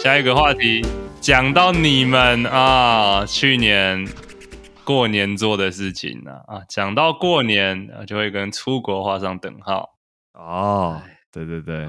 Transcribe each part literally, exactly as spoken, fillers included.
下一个话题，讲到你们啊，去年过年做的事情啊，啊，讲到过年、啊、就会跟出国画上等号。 哦，对对对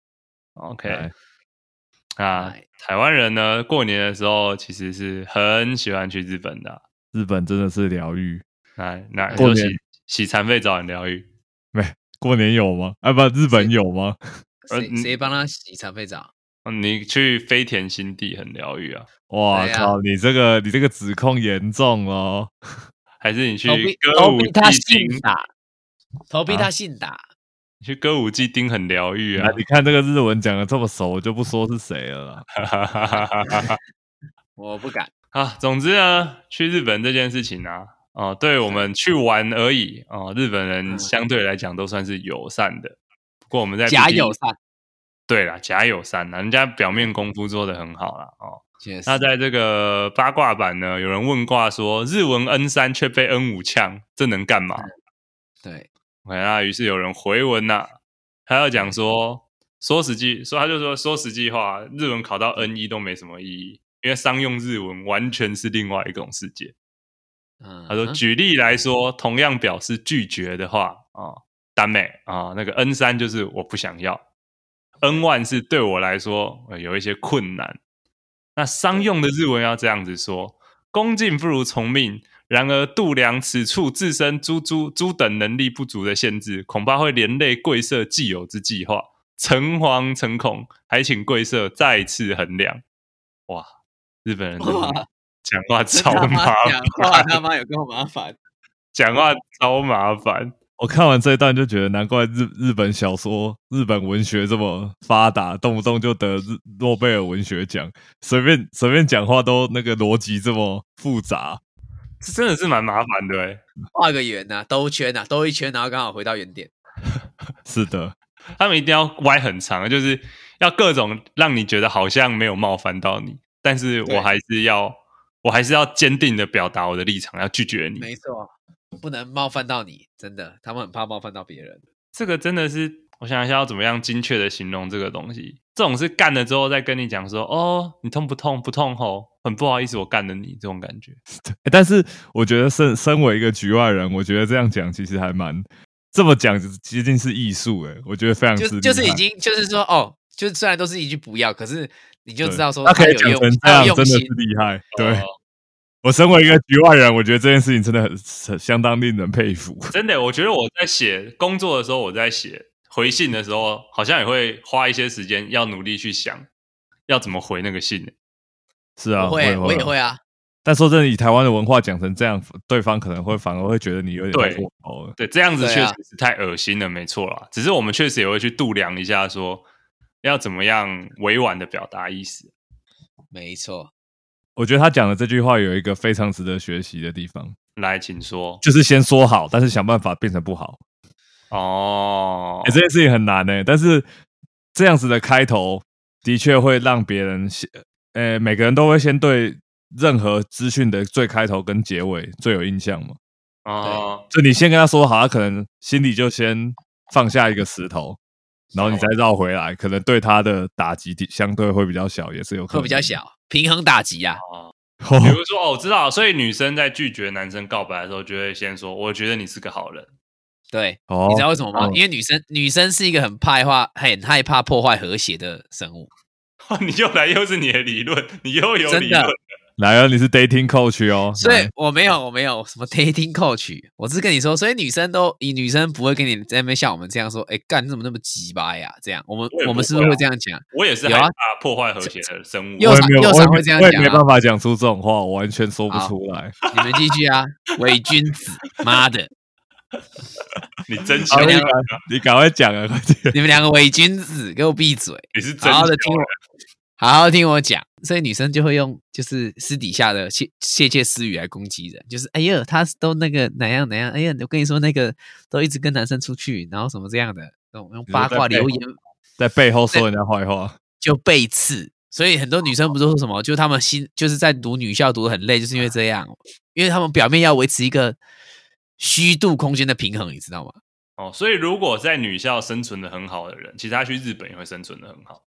，OK， 啊，台湾人呢，过年的时候其实是很喜欢去日本的、啊。 日本真的是疗愈。 那那过年洗洗残废澡很疗愈， 没？过年有吗？啊不，日本有吗？ 谁谁帮他洗残废澡？ 你去飞田新地很疗愈啊！ 哇靠，你这个你这个指控严重哦。 还是你去歌舞伎町打，投币他信打， 你去歌舞伎町很疗愈啊！ 你看这个日文讲的这么熟，我就不说是谁了啦。 我不敢啊。总之呢，去日本这件事情啊，哦，对我们去玩而已哦。日本人相对来讲都算是友善的，不过我们在假友善。 对啦，假友善啦，人家表面功夫做得很好啦哦。那在这个八卦版呢，有人问卦说日文 N 三 却被 N 五 呛，这能干嘛？ 对， 那于是有人回文呐、啊，他要讲说，说实际说他就说说实际话，日文考到 N 一 都没什么意义，因为商用日文完全是另外一种世界。嗯、他说，举例来说，同样表示拒绝的话啊，ダメ啊，那个 N 三 就是我不想要。N 一 是对我来说、呃、有一些困难，那商用的日文要这样子说：恭敬不如从命。然而度量此处自身诸诸诸等能力不足的限制，恐怕会连累贵社既有之计划。诚惶诚恐，还请贵社再次衡量。哇，日本人真的讲话超麻烦， 讲话他妈有够麻烦， 讲话超麻烦。 我看完这一段就觉得，难怪日日本小说、日本文学这么发达，动不动就得日诺贝尔文学奖，随便随便讲话都那个逻辑这么复杂， 这真的是蛮麻烦的欸。 画个圆啊，兜圈啊，兜一圈，然后刚好回到原点。 是的， 他们一定要歪很长，就是要各种让你觉得好像没有冒犯到你，但是我还是要，我还是要坚定的表达我的立场，要拒绝你。 没错。不能冒犯到你，真的，他们很怕冒犯到别人。 这个真的是，我想一下要怎么样精确的形容这个东西。这种是干了之后再跟你讲说，哦，你痛不痛？不痛吼，很不好意思，我干了你这种感觉。 但是我觉得身身为一个局外人，我觉得这样讲其实还蛮这么讲，接近是艺术哎，我觉得非常就就是已经就是说哦，就是虽然都是一句不要，可是你就知道说他可以讲成这样，真的是厉害，对。哦，我身为一个局外人，我觉得这件事情真的很很相当令人佩服。 真的，我觉得我在写工作的时候，我在写回信的时候，好像也会花一些时间，要努力去想要怎么回那个信。 是啊， 我会，我也会啊。 但说真的，以台湾的文化讲成这样，对方可能会反而会觉得你有点太过头了。 对，这样子确实是太恶心了，没错啦。只是我们确实也会去度量一下说，说要怎么样委婉的表达意思。 没错。 我觉得他讲的这句话有一个非常值得学习的地方， 来，请说。 就是先说好，但是想办法变成不好。 哦， 欸，这件事情很难欸，但是这样子的开头的确会让别人，呃，每个人都会先对任何资讯的最开头跟结尾最有印象嘛。 哦， 就你先跟他说好，他可能心里就先放下一个石头，然后你再绕回来，可能对他的打击相对会比较小，也是有可能会比较小。平衡打击啊， 哦，比如说哦，我知道，所以女生在拒绝男生告白的时候，就会先说：“我觉得你是个好人。” 对， 哦， 你知道为什么吗？哦，因为女生女生是一个很害怕、很害怕破坏和谐的生物。 你又来又是你的理论，你又有理论。 来啊，你是 dating coach 哦， 所以我没有，我没有什么 dating coach， 我是跟你说，所以女生都以女生不会跟你在那边像我们这样说，哎，干你怎么那么鸡巴呀？这样，我们 我, 我们是不是会这样讲？ 我也是害怕破坏和谐的生物， 右右常会这样讲， 我也没办法讲出这种话，我完全说不出来。 你们继续啊，伪君子，妈的！ 你真香， 你赶快讲啊，快点！ 你们两个伪君子，给我闭嘴！ 你是真好好的听我，好好听我讲。所以女生就会用就是私底下的窃窃窃私语来攻击人，就是哎呀，他都那个哪样哪样，哎呀，我跟你说那个都一直跟男生出去，然后什么这样的，那种用八卦留言在背后说人家坏话， 就背刺。所以很多女生不是说什么，就他们心就是在读女校读得很累，就是因为这样，因为他们表面要维持一个虚度空间的平衡，你知道吗？ 哦，所以如果在女校生存的很好的人，其实他去日本也会生存的很好。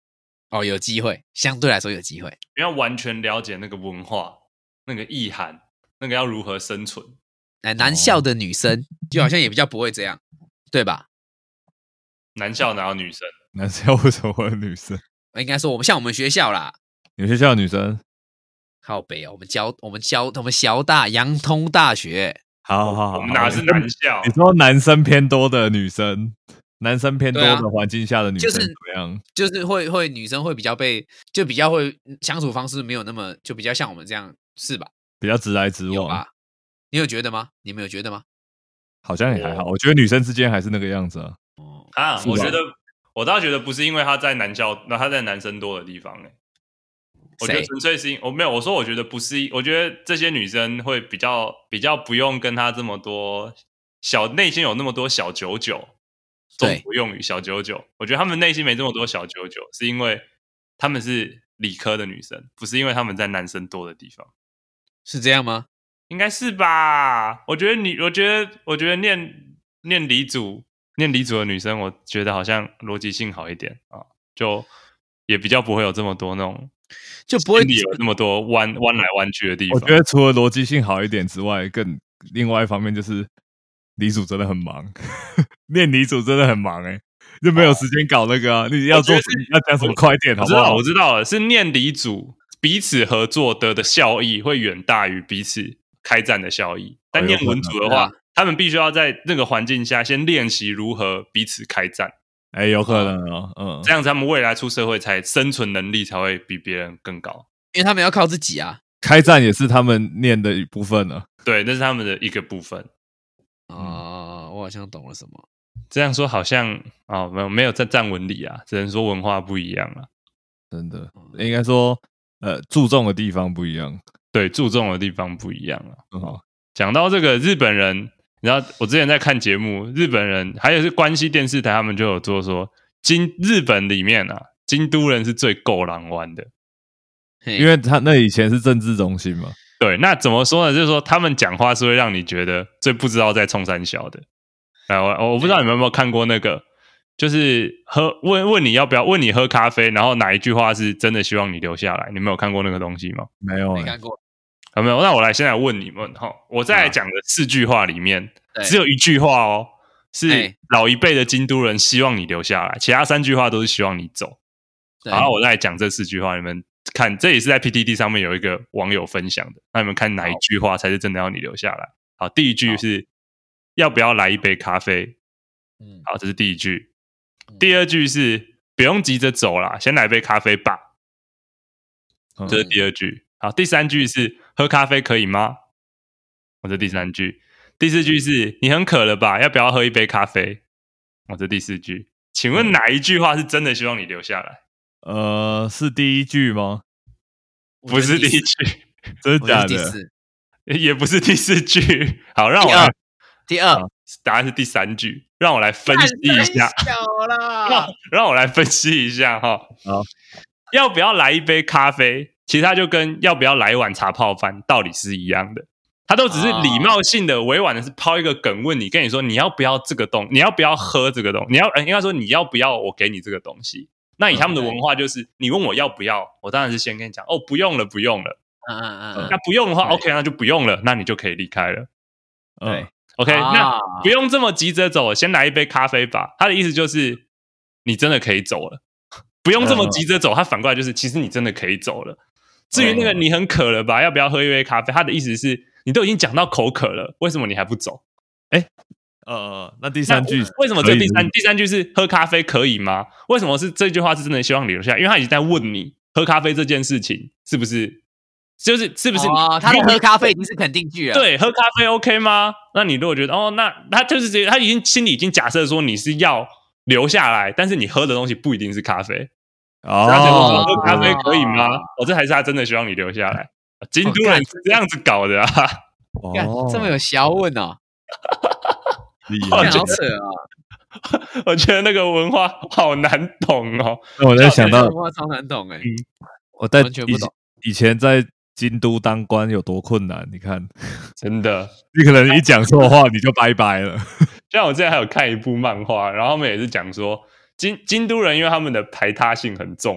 哦，有机会，相对来说有机会， 因为要完全了解那个文化、那个意涵，那个要如何生存。 哎，男校的女生就好像也比较不会这样，对吧？ 男校哪有女生？ 男校为什么会有女生？ 应该说我们像我们学校啦， 你们学校有女生？ 靠北哦，我们交我们交我们校大阳通大学， 好好好， 我们哪是男校？ 你说男生偏多的女生，男生偏多对啊的环境下的女生就是怎么样？ 就是会会女生会比较被就比较会相处方式没有那么就比较像我们这样是吧？ 比较直来直往， 有吧？你有觉得吗？你们有觉得吗？ 好像也还好。我觉得女生之间还是那个样子啊。 啊， 是吧我觉得我倒觉得不是因为他在男校，那他在男生多的地方哎、我觉得谁纯粹是因我没有我说我觉得不是，我觉得这些女生会比较比较不用跟他这么多小内心有那么多小九九，中对国用语小九九，我觉得他们内心没这么多小九九，是因为他们是理科的女生，不是因为他们在男生多的地方。 是这样吗？ 应该是吧？我觉得你，我觉得，我觉得念念理组、念理组的女生，我觉得好像逻辑性好一点啊，就也比较不会有这么多那种， 就不会心里有那么多弯弯来弯去的地方。 我觉得除了逻辑性好一点之外，更另外一方面就是理组真的很忙，念理组真的很忙哎、欸，就没有时间搞那个啊。你要做要讲什么快点好不好？ 我知道了，是念理组彼此合作得的效益会远大于彼此开战的效益，但念文组的话， 啊、 他们必须要在那个环境下先练习如何彼此开战。 哎、欸，有可能哦，嗯， 这样子他们未来出社会才生存能力才会比别人更高， 因为他们要靠自己啊。 开战也是他们念的一部分呢、啊。 对，那是他们的一个部分。 哦、嗯，我好像懂了什么。 这样说好像哦，没有没有在站文理啊，只能说文化不一样啊。 真的，应该说呃，注重的地方不一样。 对，注重的地方不一样啊。 嗯， 讲到这个日本人。然后我之前在看节目，日本人还有是关西电视台，他们就有做说，京日本里面啊，京都人是最够狼湾的， 因为他那以前是政治中心嘛。 对，那怎么说呢？就是说他们讲话是会让你觉得最不知道在冲三小的。哎，我我不知道你们有没有看过那个，就是喝问问你要不要问你喝咖啡，然后哪一句话是真的希望你留下来？你们有看过那个东西吗？ 没有、欸， 没看过。 有没有？那我来先来问你们哈，我再来讲的四句话里面， 啊、 只有一句话哦，是老一辈的京都人希望你留下来，其他三句话都是希望你走。好，我再来讲这四句话，你们看，这也是在 P T T 上面有一个网友分享的，那你们看哪一句话才是真的要你留下来？好，第一句是要不要来一杯咖啡？嗯，好，这是第一句。第二句是不用急着走啦，先来杯咖啡吧。这是第二句。好，第三句是喝咖啡可以吗？我这第三句。第四句是你很渴了吧？要不要喝一杯咖啡？我这第四句。请问哪一句话是真的希望你留下来？ 呃，是第一句吗？ 不是第一句， 真的假的？ 也不是第四句。好，让我来。 第二， 答案是第三句。让我来分析一下。让, 让我来分析一下哈。 好， 要不要来一杯咖啡？其实它就跟要不要来一碗茶泡饭道理是一样的，它都只是礼貌性的、委婉的是抛一个梗问你，跟你说你要不要这个东，你要不要喝这个东，你要应该说你要不要我给你这个东西。那以他们的文化就是，你问我要不要，我当然是先跟你讲哦，不用了，不用了。 嗯嗯嗯。 那不用的话 ，OK， 那就不用了，那你就可以离开了。 对 ，OK， 那不用这么急着走，先来一杯咖啡吧。他的意思就是你真的可以走了，不用这么急着走。他反过来就是，其实你真的可以走了。至于那个你很渴了吧，要不要喝一杯咖啡？他的意思是你都已经讲到口渴了，为什么你还不走？ 哎，呃，那第三句为什么这第三第三句是喝咖啡可以吗？为什么是这句话是真的希望你留下来？因为他已经在问你喝咖啡这件事情是不是，就是是不是？ 哦，他的喝咖啡已经是肯定句了。 对，喝咖啡 OK 吗？那你如果觉得哦，那他就是他已经心里已经假设说你是要留下来，但是你喝的东西不一定是咖啡。哦，喝咖啡可以吗？哦，这还是他真的希望你留下来。京都人是这样子搞的啊！ 哦，这么有学问哦， 厉害，好扯啊！ 我觉得那个文化好难懂哦。 我在想到文化超难懂哎， 我在完全不懂。 以前在京都当官有多困难？你看， 真的， 你可能一讲错话你就拜拜了。 像我之前还有看一部漫画，然后他们也是讲说。京京都人因为他们的排他性很重嘛，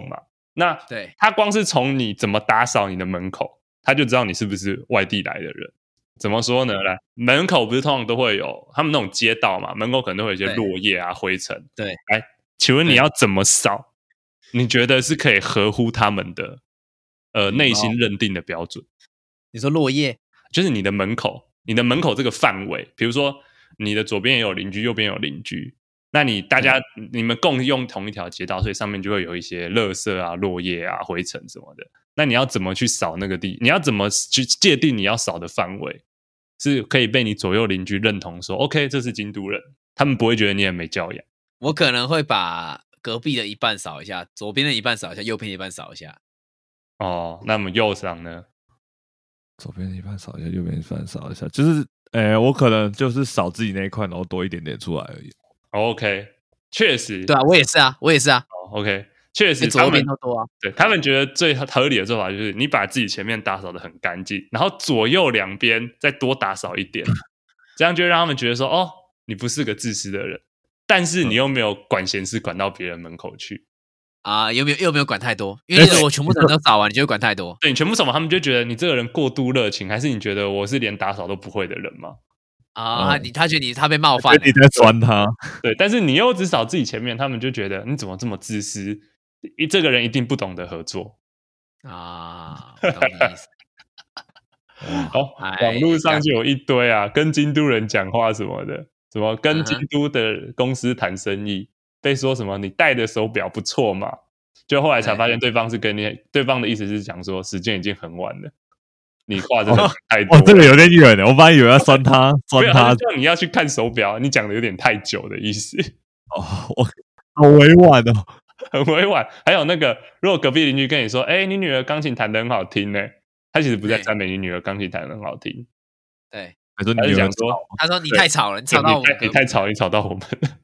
那对他光是从你怎么打扫你的门口，他就知道你是不是外地来的人。怎么说呢？来，门口不是通常都会有他们那种街道嘛，门口可能都会有一些落叶啊、灰尘。 对， 来，请问你要怎么扫？你觉得是可以合乎他们的呃内心认定的标准？ 你说落叶， 就是你的门口，你的门口这个范围，比如说你的左边也有邻居，右边有邻居，那你大家你们共用同一条街道，所以上面就会有一些垃圾啊、落叶啊、灰尘什么的。那你要怎么去扫那个地？你要怎么去界定你要扫的范围？是可以被你左右邻居认同说 OK 这是京都人，他们不会觉得你很没教养。 我可能会把隔壁的一半扫一下，左边的一半扫一下，右边的一半扫一下。 哦，那么右上呢？ 左边一半扫一下，右边一半扫一下，就是诶、欸，我可能就是扫自己那一块，然后多一点点出来而已。 哦、OK， 确实， 对啊，我也是啊，我也是啊。 哦、OK， 确实， 左右边都多啊。 对，他们觉得最合理的做法就是你把自己前面打扫的很干净，然后左右两边再多打扫一点，这样就让他们觉得说，哦，你不是个自私的人，但是你又没有管闲事管到别人门口去啊、呃，有没有又没有管太多？因为如果全部人都扫完，你就会管太多。 对，你全部扫完，他们就觉得你这个人过度热情，还是你觉得我是连打扫都不会的人吗？ 啊、呃，你他觉得你他被冒犯了， 你在酸他。 对，但是你又只扫自己前面，他们就觉得你怎么这么自私？这个人一定不懂得合作啊，我懂你意思。 好，网络上就有一堆啊，跟京都人讲话什么的，什么跟京都的公司谈生意，嗯、被说什么你戴的手表不错嘛，就后来才发现对方是跟你，对方的意思是讲说时间已经很晚了，你话真的太多了。 哦，这个有点远的，我本来以为要酸他，酸他， 叫你要去看手表，你讲的有点太久的意思。 哦，我好委婉哦。 很委婉，还有那个，如果隔壁邻居跟你说：“哎、欸，你女儿钢琴弹得很好听呢、欸。”他其实不在赞美你女儿钢琴弹得很好听， 对， 他说你女儿讲说， 他说你太吵了，你吵到我们， 你太吵，你吵到我们。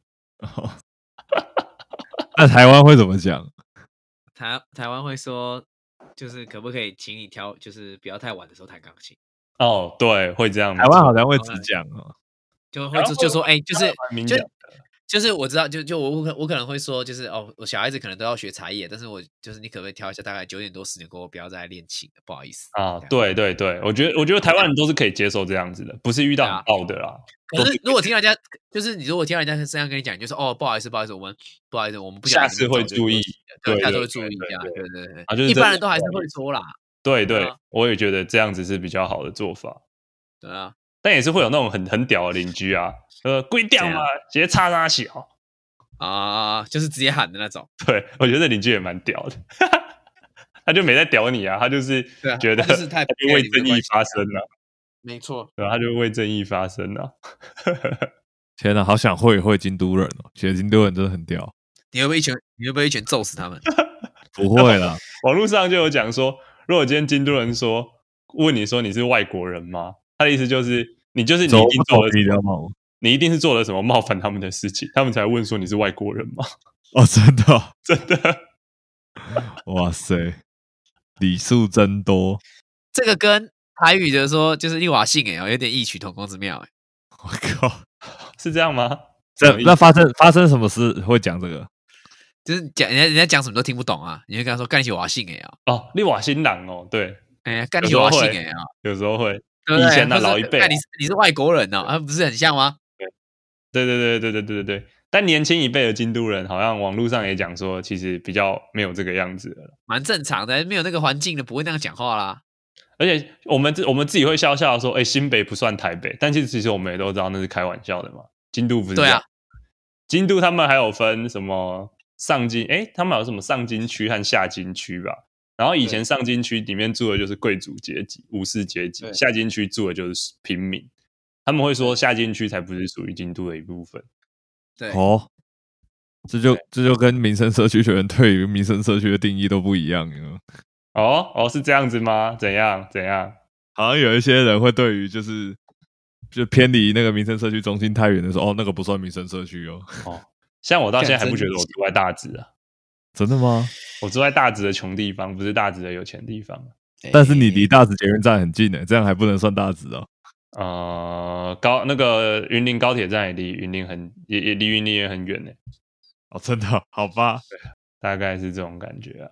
那台湾会怎么讲？ 台台湾会说，就是可不可以请你挑，就是不要太晚的时候弹钢琴。 哦，对，会这样。 台湾好像会只讲哦， 就会就说，哎、欸，就是就。就是我知道，就就我可我可能会说，就是哦，我小孩子可能都要学茶叶，但是我就是你可不可以挑一下，大概九点多十点过后不要再练琴了，不好意思啊。对对对，我觉得我觉得台湾人都是可以接受这样子的，不是遇到很爆的啦。 可是如果听到人家，就是你如果听到人家这样跟你讲，就是哦，不好意思，不好意思，我们不好意思，我们不想下次会注意， 对，下次会注意一下，对对对， 啊，就是一般人都还是会说啦。 对对，我也觉得这样子是比较好的做法。 对啊， 但也是会有那种很很屌的邻居啊，呃，规掉嘛，直接叉叉小。 啊，就是直接喊的那种。 对，我觉得邻居也蛮屌的，他就没在屌你啊，他就是觉得他就是太他就为正义发声了、啊， 没错， 对，他就为正义发声了、啊。 天哪，好想会会京都人哦，觉得京都人真的很屌。 你会不会一拳？你会不会一拳揍死他们？ 不会啦， 网络上就有讲说，如果今天京都人说问你说你是外国人吗？他的意思就是你就是你一定做了什么。你一定是做了什么冒犯他们的事情，他们才问说你是外国人吗？ 哦，真的、哦， 真的， 哇塞，礼数真多。 这个跟台语的说就是你瓦信哎，有点异曲同工之妙哎。 我靠， 是这样吗？ 这那发生发生什么事会讲这个？ 就是讲人家人家讲什么都听不懂啊，你会跟他说干你瓦信哎啊？ 哦，你瓦新郎哦，对， 哎呀，干你瓦信哎啊， 有时候会， 对以前的老一辈、啊， 你你是外国人哦，啊，不是很像吗？ 对对对对对对对对，但年轻一辈的京都人，好像网络上也讲说，其实比较没有这个样子了， 蛮正常的，没有那个环境的，不会那样讲话啦。 而且我们我们自己会笑笑说，哎、欸，新北不算台北，但其实其实我们也都知道那是开玩笑的嘛。京都不是这样， 对啊， 京都他们还有分什么上京，哎、欸，他们有什么上京区和下京区吧？然后以前上京区里面住的就是贵族阶级、武士阶级，下京区住的就是平民。他们会说下京区才不是属于京都的一部分。 对哦，这就这就跟民生社区学员对于民生社区的定义都不一样。 哦哦，是这样子吗？怎样怎样？ 好像有一些人会对于就是就偏离那个民生社区中心太远的时候，哦，那个不算民生社区哦。 哦，像我到现在还不觉得我住在大直啊。 真的吗？ 我住在大直的穷地方，不是大直的有钱地方。 但是你离大直捷运站很近诶，这样还不能算大直哦。 呃，高那个云林高铁站也离云林很也也离云林也很远呢。 哦，真的？好吧， 对，大概是这种感觉啊。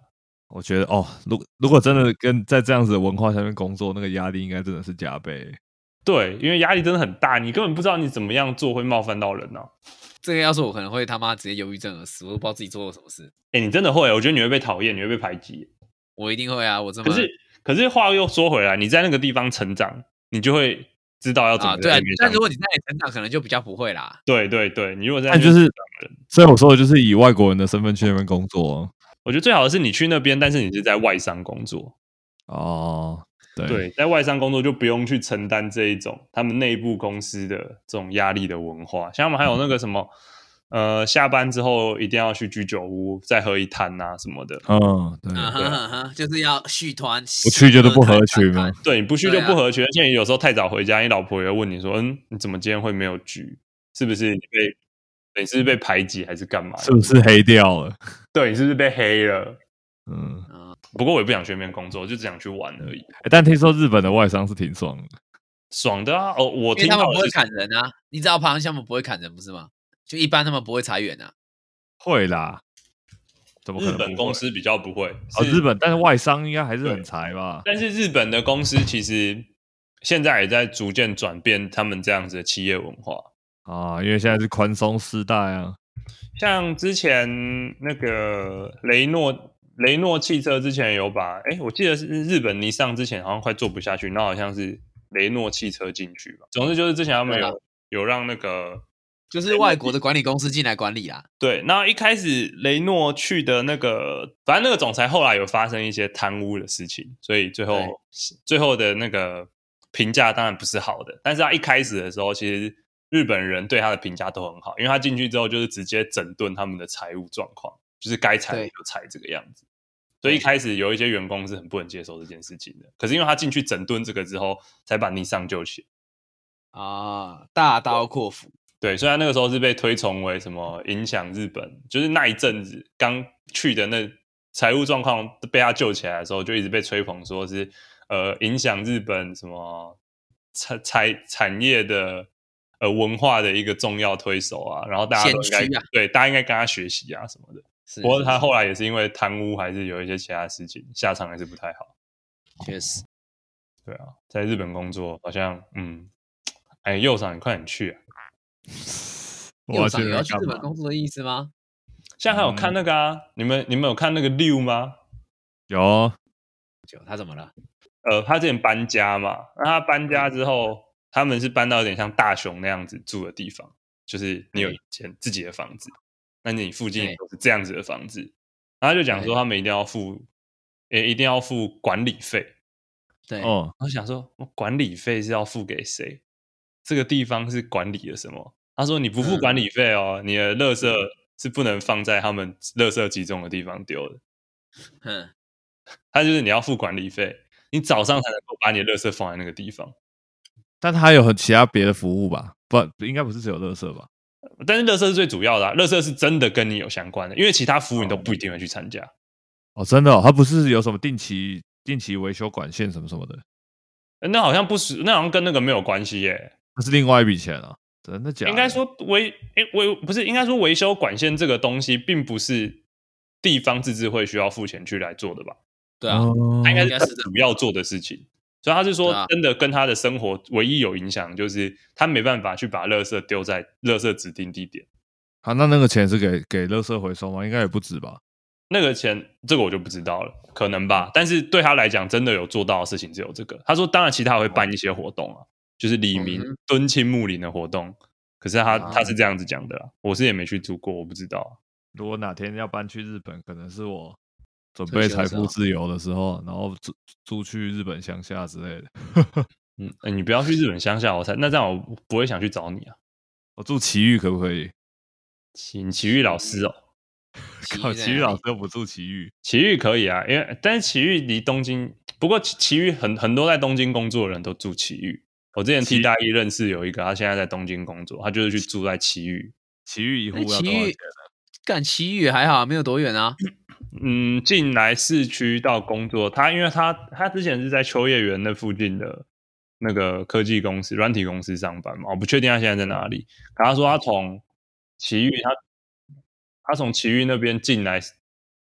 我觉得哦，如如果真的跟在这样子的文化下面工作，那个压力应该真的是加倍。 对，因为压力真的很大，你根本不知道你怎么样做会冒犯到人啊。 这个要是我可能会他妈直接忧郁症而死，我都不知道自己做了什么事。 哎、欸，你真的会，我觉得你会被讨厌，你会被排挤。 我一定会啊，我这么。 可是，可是话又说回来，你在那个地方成长，你就会知道要怎么啊。对啊，但如果你在那里成长，可能就比较不会啦。 对对对，你如果在那就是，所以我说的就是以外国人的身份去那边工作。 我觉得最好的是你去那边，但是你是在外商工作。 哦，对对，在外商工作就不用去承担这一种他们内部公司的这种压力的文化。像他们还有那个什么，呃，下班之后一定要去居酒屋再喝一摊啊什么的。 嗯，对， 啊哈哈哈，就是要续团， 不去就是不合群嘛。 对，你不去就不合群，而且你有时候太早回家，你老婆也会问你说：“嗯，你怎么今天会没有局？是不是你被你是不是被排挤还是干嘛？ 是不是黑掉了？ 对，你是不是被黑了？” 嗯， 不过我也不想去那边工作，就只想去玩而已。 欸、但听说日本的外商是挺爽的， 爽的啊！哦，我听因为他们不会砍人啊，你知道旁他们不会砍人不是吗？就一般他们不会裁员啊。 会啦，怎么可能日本公司比较不会哦，日本，但是外商应该还是很裁吧？ 但是日本的公司其实现在也在逐渐转变他们这样子的企业文化啊，因为现在是宽松时代啊。 像之前那个雷诺雷诺汽车之前有把，哎，我记得是日本尼桑之前好像快做不下去，然后好像是雷诺汽车进去吧。总之就是之前他们有、啊、有让那个就是外国的管理公司进来管理啦。 对，那一开始雷诺去的那个，反正那个总裁后来有发生一些贪污的事情，所以最后最后的那个评价当然不是好的。但是他一开始的时候，其实日本人对他的评价都很好，因为他进去之后就是直接整顿他们的财务状况，就是该裁就裁这个样子。所以一开始有一些员工是很不能接受这件事情的，可是因为他进去整顿这个之后，才把尼桑救起啊，大刀阔斧。 对，虽然那个时候是被推崇为什么影响日本，就是那一阵子刚去的那财务状况被他救起来的时候，就一直被吹捧说是呃影响日本什么产产产业的呃文化的一个重要推手啊，然后大家都应该、啊、对大家应该跟他学习啊什么的。 是不过他后来也是因为贪污，还是有一些其他事情，下场还是不太好。 确实， 对啊，在日本工作好像嗯，哎，右长你快点去啊！ 右长有要去日本工作的意思吗？ 现在还有看那个啊？嗯、你们你们有看那个六吗？ 有， 有他怎么了？ 呃，他之前搬家嘛，那他搬家之后，他们是搬到有点像大雄那样子住的地方，就是你有一间自己的房子，那你附近都是这样子的房子。然后他就讲说，他们一定要付，也一定要付管理费。 对， 哦， 我想说，管理费是要付给谁？这个地方是管理了什么？他说你不付管理费哦，嗯、你的垃圾是不能放在他们垃圾集中的地方丢的。 嗯， 他就是你要付管理费，你早上才能够把你的垃圾放在那个地方。 但他有很其他别的服务吧？不，应该不是只有垃圾吧？ 但是垃圾是最主要的、啊，垃圾是真的跟你有相关的，因为其他服务你都不一定会去参加。 哦，真的、哦，他不是有什么定期定期维修管线什么什么的？ 那好像不是，那好像跟那个没有关系耶。 那是另外一笔钱啊，真的假的？ 应该说维诶维不是，应该说维修管线这个东西，并不是地方自治会需要付钱去来做的吧？ 对啊， 他应该是他主要做的事情。所以他是说，真的跟他的生活唯一有影响，就是他没办法去把垃圾丢在垃圾指定地点。 啊，那那个钱是给给垃圾回收吗？应该也不止吧？ 那个钱，这个我就不知道了，可能吧。但是对他来讲，真的有做到的事情只有这个。他说，当然其他会办一些活动啊，就是李明敦亲睦邻的活动。可是他他是这样子讲的啦，我是也没去住过，我不知道。 如果哪天要搬去日本，可能是我准备财富自由的时候，然后住住去日本乡下之类的。 嗯、欸，你不要去日本乡下，我才那这样我不会想去找你啊。 我住奇遇可不可以？ 奇奇遇老师哦， 靠，奇遇老师又不住奇遇， 奇遇可以啊，因为但是奇遇离东京，不过奇遇很很多在东京工作的人都住奇遇。我之前替大一认识有一个，他现在在东京工作，他就是去住在奇遇。 奇遇一户要多少钱呢？ 干奇遇还好，没有多远啊。 嗯，进来市区到工作，他因为他他之前是在秋叶原那附近的那个科技公司、软体公司上班嘛，我不确定他现在在哪里。可他说他从奇遇，他他从奇遇那边进来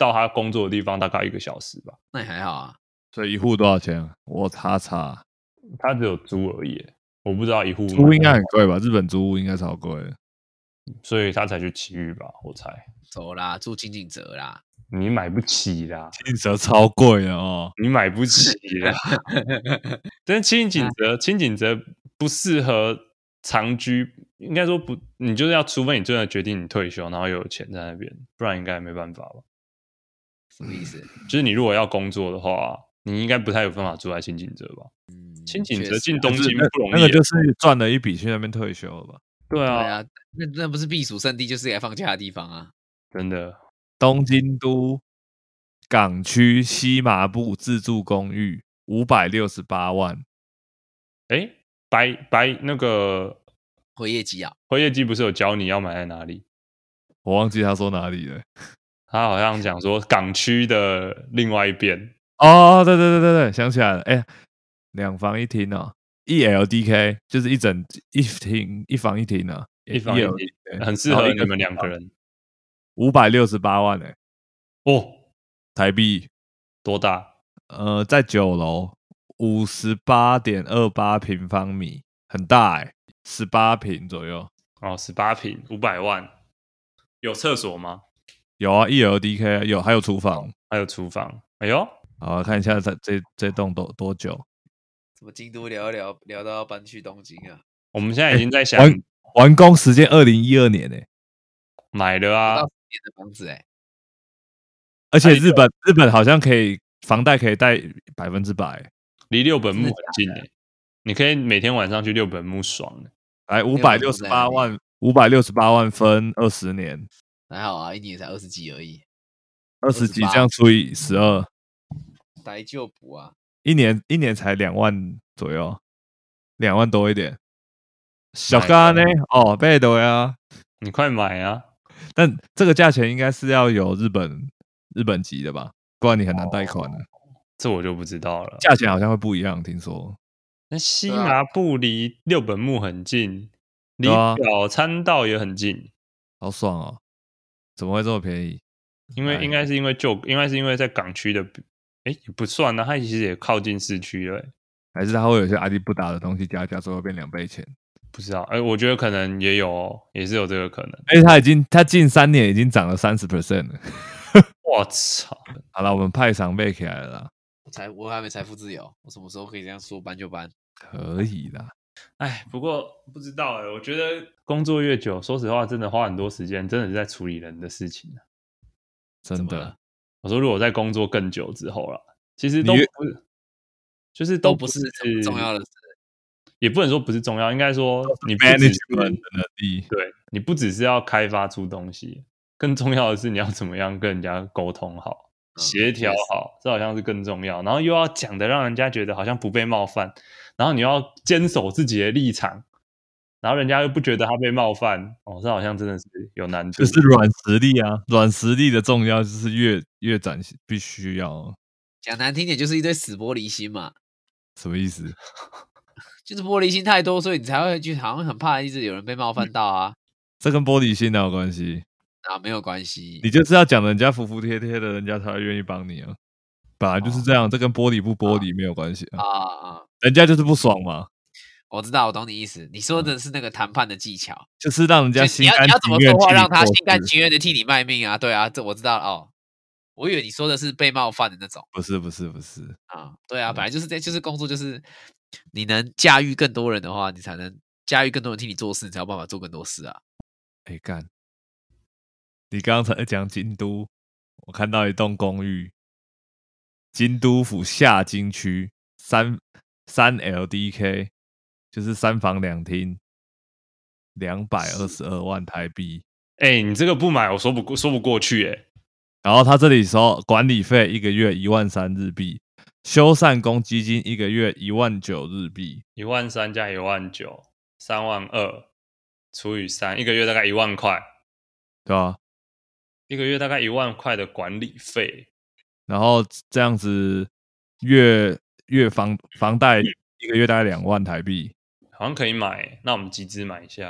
到他工作的地方大概一个小时吧。 那也还好啊。 所以一户多少钱？我查查， 他只有租而已，我不知道一户租应该很贵吧？日本租屋应该超贵的， 所以他才去奇遇吧，我猜。 走啦，住清景泽啦。 你买不起啦， 金泽超贵的哦， 你买不起啦。但是清景泽，清景泽不适合长居，应该说不，你就是要，除非你真的决定你退休，然后又有钱在那边，不然应该没办法吧？ 什么意思？ 就是你如果要工作的话，你应该不太有办法住在清景泽吧？ 嗯， 清景泽确实进东京不容易、 那个就是赚了一笔去那边退休了吧？ 对啊， 对啊，那那不是避暑胜地，就是来放假的地方啊。 真的。 东京都港区西麻布自住公寓五百六十八万， 哎，白白那个辉夜姬啊， 辉夜姬不是有教你要买在哪里？ 我忘记他说哪里了。 他好像讲说港区的另外一边。 哦，对对对对对，想起来了，哎，两房一厅哦，一 L D K 就是一整一厅一房一厅啊， 一房一厅，很适合你们两个人。 五百六十八万哎， 哦， 台币多大？ 呃，在九楼，五十八点二八平方米，很大哎，十八平左右。 哦，十八平，五百万，有厕所吗？ 有啊，一 L D K 有，还有厨房， 还有厨房。哎呦， 好，看一下这这这栋多多久？ 怎么京都聊一聊聊到要搬去东京啊？ 我们现在已经在想、 完完工时间二零一二年哎， 买了啊， 到十年的房子哎， 而且日本日本好像可以房贷可以贷百分之百， 离六本木很近哎，你可以每天晚上去六本木爽。 来五百六十八万，五百六十八万分二十年， 还好啊，一年才二十几而已， 二十几这样除以十二， 来就补啊， 一年一年才两万左右，两万多一点。小咖呢？哦，贝多呀， 你快买啊！ 但这个价钱应该是要有日本日本籍的吧，不然你很难贷款的、 哦。这我就不知道了， 价钱好像会不一样，听说。 那西麻布离六本木很近，离啊表参道也很近， 好爽哦！怎么会这么便宜？ 因为应该是因为旧，应该是因为在港区的，哎，也不算啊，它其实也靠近市区了， 还是它会有些阿迪不达的东西加加，最后变两倍钱？ 不知道，哎，我觉得可能也有，也是有这个可能。 而且它已经，它近三年已经涨了三十 percent 了。 我操！ 好了，我们派长背起来了啦。 财我还没财富自由，我什么时候可以这样说搬就搬？ 可以啦。 哎，不过不知道哎，我觉得工作越久，说实话，真的花很多时间，真的是在处理人的事情、啊、 真的。 我说，如果在工作更久之后啦，其实都不是，就是都不是重要的事， 也不能说不是重要，应该说你不只是的能力，对，你不只是要开发出东西，更重要的是你要怎么样跟人家沟通好、协调好，这好像是更重要。然后又要讲的让人家觉得好像不被冒犯，然后你要坚守自己的立场，然后人家又不觉得他被冒犯，哦，这好像真的是有难度。 就是软实力啊，软实力的重要就是越越展现，必须要讲难听点，就是一堆死玻璃心嘛。 什么意思？ 就是玻璃心太多，所以你才会就好像很怕一直有人被冒犯到啊。 这跟玻璃心哪有关系？ 啊，没有关系。 你就是要讲人家服服帖帖的，人家才会愿意帮你啊。本来就是这样，哦、这跟玻璃不玻璃没有关系啊。 啊啊！ 人家就是不爽嘛。 我知道，我懂你意思。你说的是那个谈判的技巧， 就是让人家心甘你要怎么说话让他心甘情情愿的替你卖命啊？对啊，这我知道哦。我以为你说的是被冒犯的那种。 不是不是不是啊，对啊，本来就是这就是工作，就是你能驾驭更多人的话，你才能驾驭更多人替你做事，你才有办法做更多事啊。 哎干，你刚才讲京都，我看到一栋公寓，京都府下京区三三 L D K， 就是三房两厅，两百二十二万台币。 哎、欸，你这个不买，我说不过说不过去哎、欸。 然后他这里说管理费一个月一万三日币，修缮工基金一个月一万九日币， 一万三加一万九，三万二除以三，一个月大概一万块， 对吧？ 一个月大概一万块的管理费， 然后这样子月月房房贷一个月大概两万台币， 好像可以买，那我们集资买一下。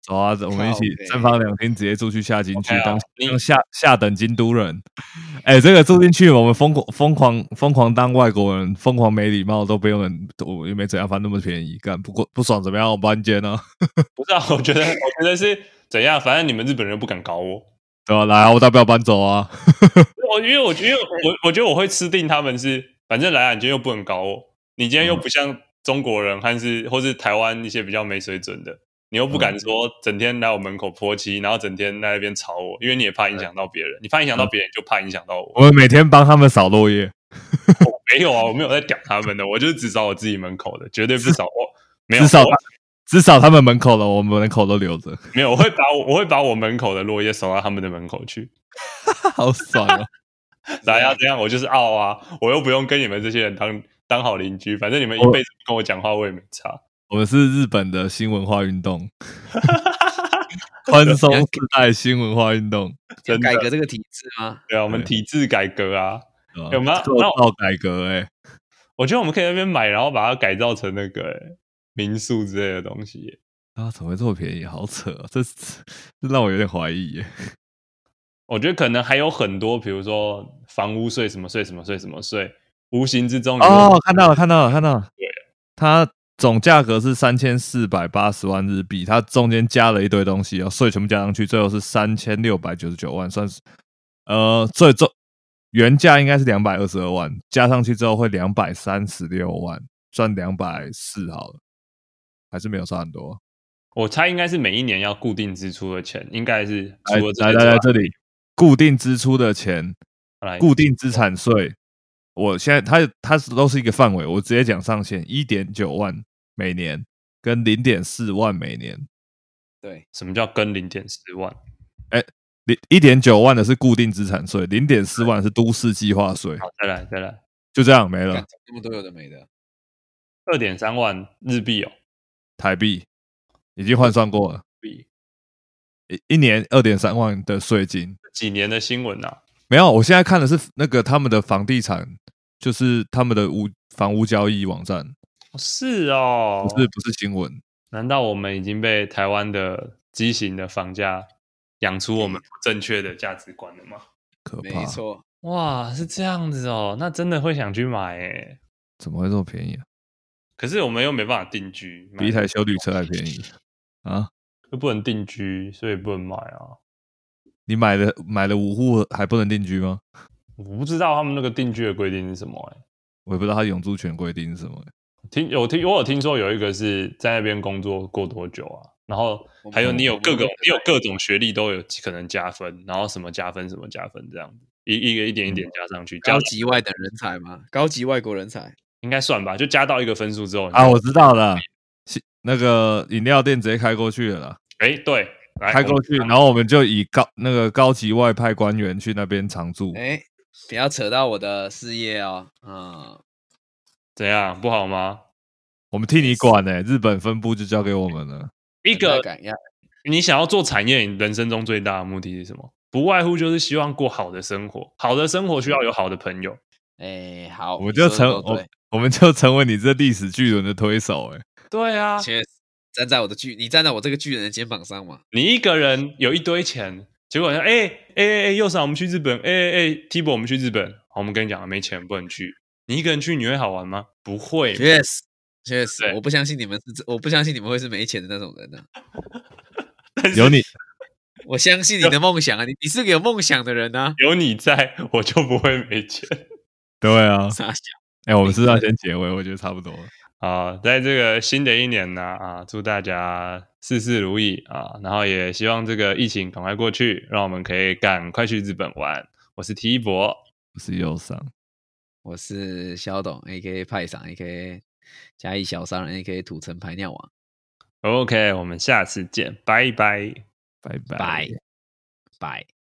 走啊，我们一起靠北三房两厅直接住去下京区 OK 啊当你当下下等京都人。哎、这个住进去，我们疯狂疯狂疯狂当外国人，疯狂没礼貌，都不用人，我也没怎样，反正那么便宜，干不过不爽怎么样？我搬间啊， 不是啊，我觉得我觉得是怎样，反正你们日本人又不敢搞我。 对吧、来啊，我大不了搬走啊。 我因为我觉得我我觉得我会吃定他们是，反正来啊，你今天又不能搞我，你今天又不像中国人，还是或是台湾一些比较没水准的，你又不敢说整天来我门口泼漆，然后整天在那边吵我，因为你也怕影响到别人，你怕影响到别人，就怕影响到我。 我们每天帮他们扫落叶， 我没有啊，我没有在屌他们的，我就是只扫我自己门口的，绝对不扫我。没有， 至少我至少他们门口了，我们门口都留着， 没有，我会把我我会把我门口的落叶扫到他们的门口去。 好爽啊！ 来啊，这样我就是傲啊，我又不用跟你们这些人当当好邻居，反正你们一辈子不跟我讲话，我也没差。 我们是日本的新文化运动，宽松世代新文化运动， 要真的改革这个体制吗？ 对啊，我们体制改革啊， 对吧有吗？ 构造改革、欸，哎， 我觉得我们可以在那边买，然后把它改造成那个、欸、民宿之类的东西、欸。 啊，怎么会这么便宜？好扯、啊，这这让我有点怀疑耶。 我觉得可能还有很多，比如说房屋税什么税什么税什么税，无形之中哦，看到了，看到了，看到了。 对， 它总价格是三千四百八十万日币，它中间加了一堆东西哦，税全部加上去，最后是三千六百九十九万，算是呃最重原价应该是两百二十二万，加上去之后会两百三十六万，算两百四好了，还是没有差很多。 我猜应该是每一年要固定支出的钱，应该是除来了这来来来这里，固定支出的钱， 来固定资产税，我现在它它都是一个范围，我直接讲上限一点九万每年，跟零点四万每年。 对， 什么叫跟零点四万？ 哎，零一点九万的是固定资产税，零点四万是都市计划税。 好，再来再来， 就这样没了干。那么多有的没的， 二点三万日币哦， 台币已经换算过了， 币一一年二点三万的税金。 几年的新闻啊？ 没有，我现在看的是那个他们的房地产，就是他们的屋房屋交易网站， 是哦， 不是不是新闻。 难道我们已经被台湾的畸形的房价养出我们不正确的价值观了吗？ 可怕， 没错， 哇，是这样子哦，那真的会想去买诶。 怎么会这么便宜啊？ 可是我们又没办法定居， 比一台休旅车还便宜啊！ 又不能定居，所以不能买啊。 你买的买了五户还不能定居吗？ 我不知道他们那个定居的规定是什么诶。 我也不知道他永住权规定是什么、欸。 听有听我有听说有一个是在那边工作过多久啊，然后还有你有各种你有各种学历都有可能加分，然后什么加分什么加分这样子，一一个一点一点加上去， 高级外等人才吗？高级外国人才应该算吧，就加到一个分数之后啊，我知道了，那个饮料店直接开过去了啦。 哎，对，来开过去，然后我们就以高那个高级外派官员去那边常住。 哎，不要扯到我的事业哦。嗯， 怎样不好吗？ 我们替你管呢、欸，日本分部就交给我们了。 一个感呀， 你想要做产业，你人生中最大的目的是什么？不外乎就是希望过好的生活。好的生活需要有好的朋友。 哎，好， 我们就成我我我们就成为你这历史巨人的推手、欸。哎， 对啊， 确实站在我的巨，你站在我这个巨人的肩膀上嘛。 你一个人有一堆钱，结果哎哎哎哎，右上我们去日本，哎哎哎 ，T 博我们去日本。好，我们跟你讲了，没钱不能去。你一个人去，你会好玩吗？不会。 确实，确实，我不相信你们是，我不相信你们会是没钱的那种人呢、 啊。 有你， 我相信你的梦想啊，你你是个有梦想的人啊。 有你在，我就不会没钱。 对啊， 傻笑。 哎、欸，我们是不是要先结尾？我觉得差不多了。 啊，在这个新的一年呢，啊，祝大家事事如意啊，然后也希望这个疫情赶快过去，让我们可以赶快去日本玩。我是 T 博， 我是右上， 我是肖董 ，A K A 派上 ，A K A 嘉义小商人 ，A K A 土城排尿王。 OK，我们下次见，拜拜， 拜拜， 拜拜。